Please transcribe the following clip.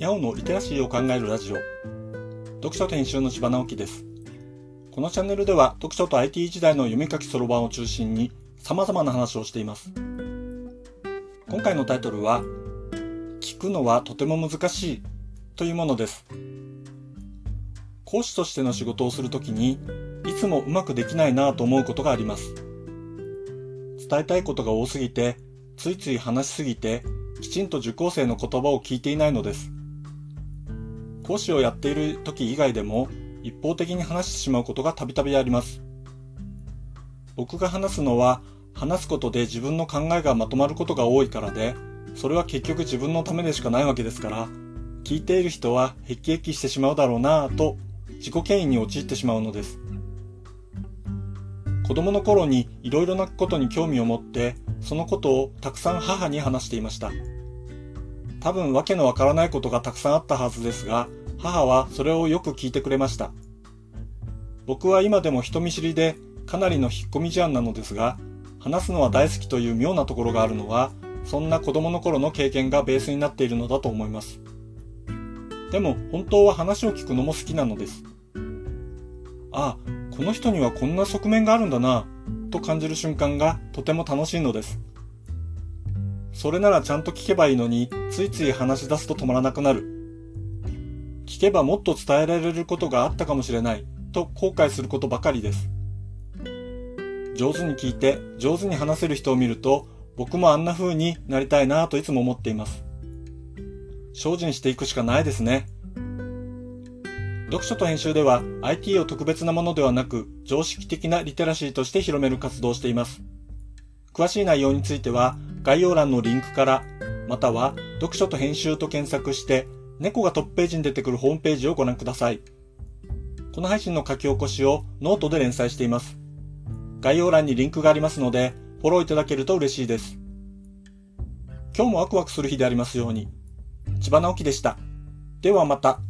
ヤオのリテラシーを考えるラジオ、読書と編集の柴直樹です。このチャンネルでは読書と IT 時代の読み書きそろばんを中心に様々な話をしています。今回のタイトルは、聞くのはとても難しいというものです。講師としての仕事をするときに、いつもうまくできないなぁと思うことがあります。伝えたいことが多すぎて、ついつい話しすぎて、きちんと受講生の言葉を聞いていないのです。講師をやっている時以外でも、一方的に話してしまうことがたびたびあります。僕が話すのは、話すことで自分の考えがまとまることが多いからで、それは結局自分のためでしかないわけですから、聞いている人はへきへきしてしまうだろうなぁと、自己嫌悪に陥ってしまうのです。子供の頃にいろいろなことに興味を持って、そのことをたくさん母に話していました。多分わけのわからないことがたくさんあったはずですが、母はそれをよく聞いてくれました。僕は今でも人見知りでかなりの引っ込み思案なのですが、話すのは大好きという妙なところがあるのは、そんな子供の頃の経験がベースになっているのだと思います。でも本当は話を聞くのも好きなのです。ああ、この人にはこんな側面があるんだなと感じる瞬間がとても楽しいのです。それならちゃんと聞けばいいのに、ついつい話し出すと止まらなくなる。聞けばもっと伝えられることがあったかもしれないと後悔することばかりです。上手に聞いて上手に話せる人を見ると、僕もあんな風になりたいなといつも思っています。精進していくしかないですね。読書と編集では IT を特別なものではなく常識的なリテラシーとして広める活動をしています。詳しい内容については概要欄のリンクから、または読書と編集と検索して猫がトップページに出てくるホームページをご覧ください。この配信の書き起こしをノートで連載しています。概要欄にリンクがありますのでフォローいただけると嬉しいです。今日もワクワクする日でありますように。千葉直樹でした。ではまた。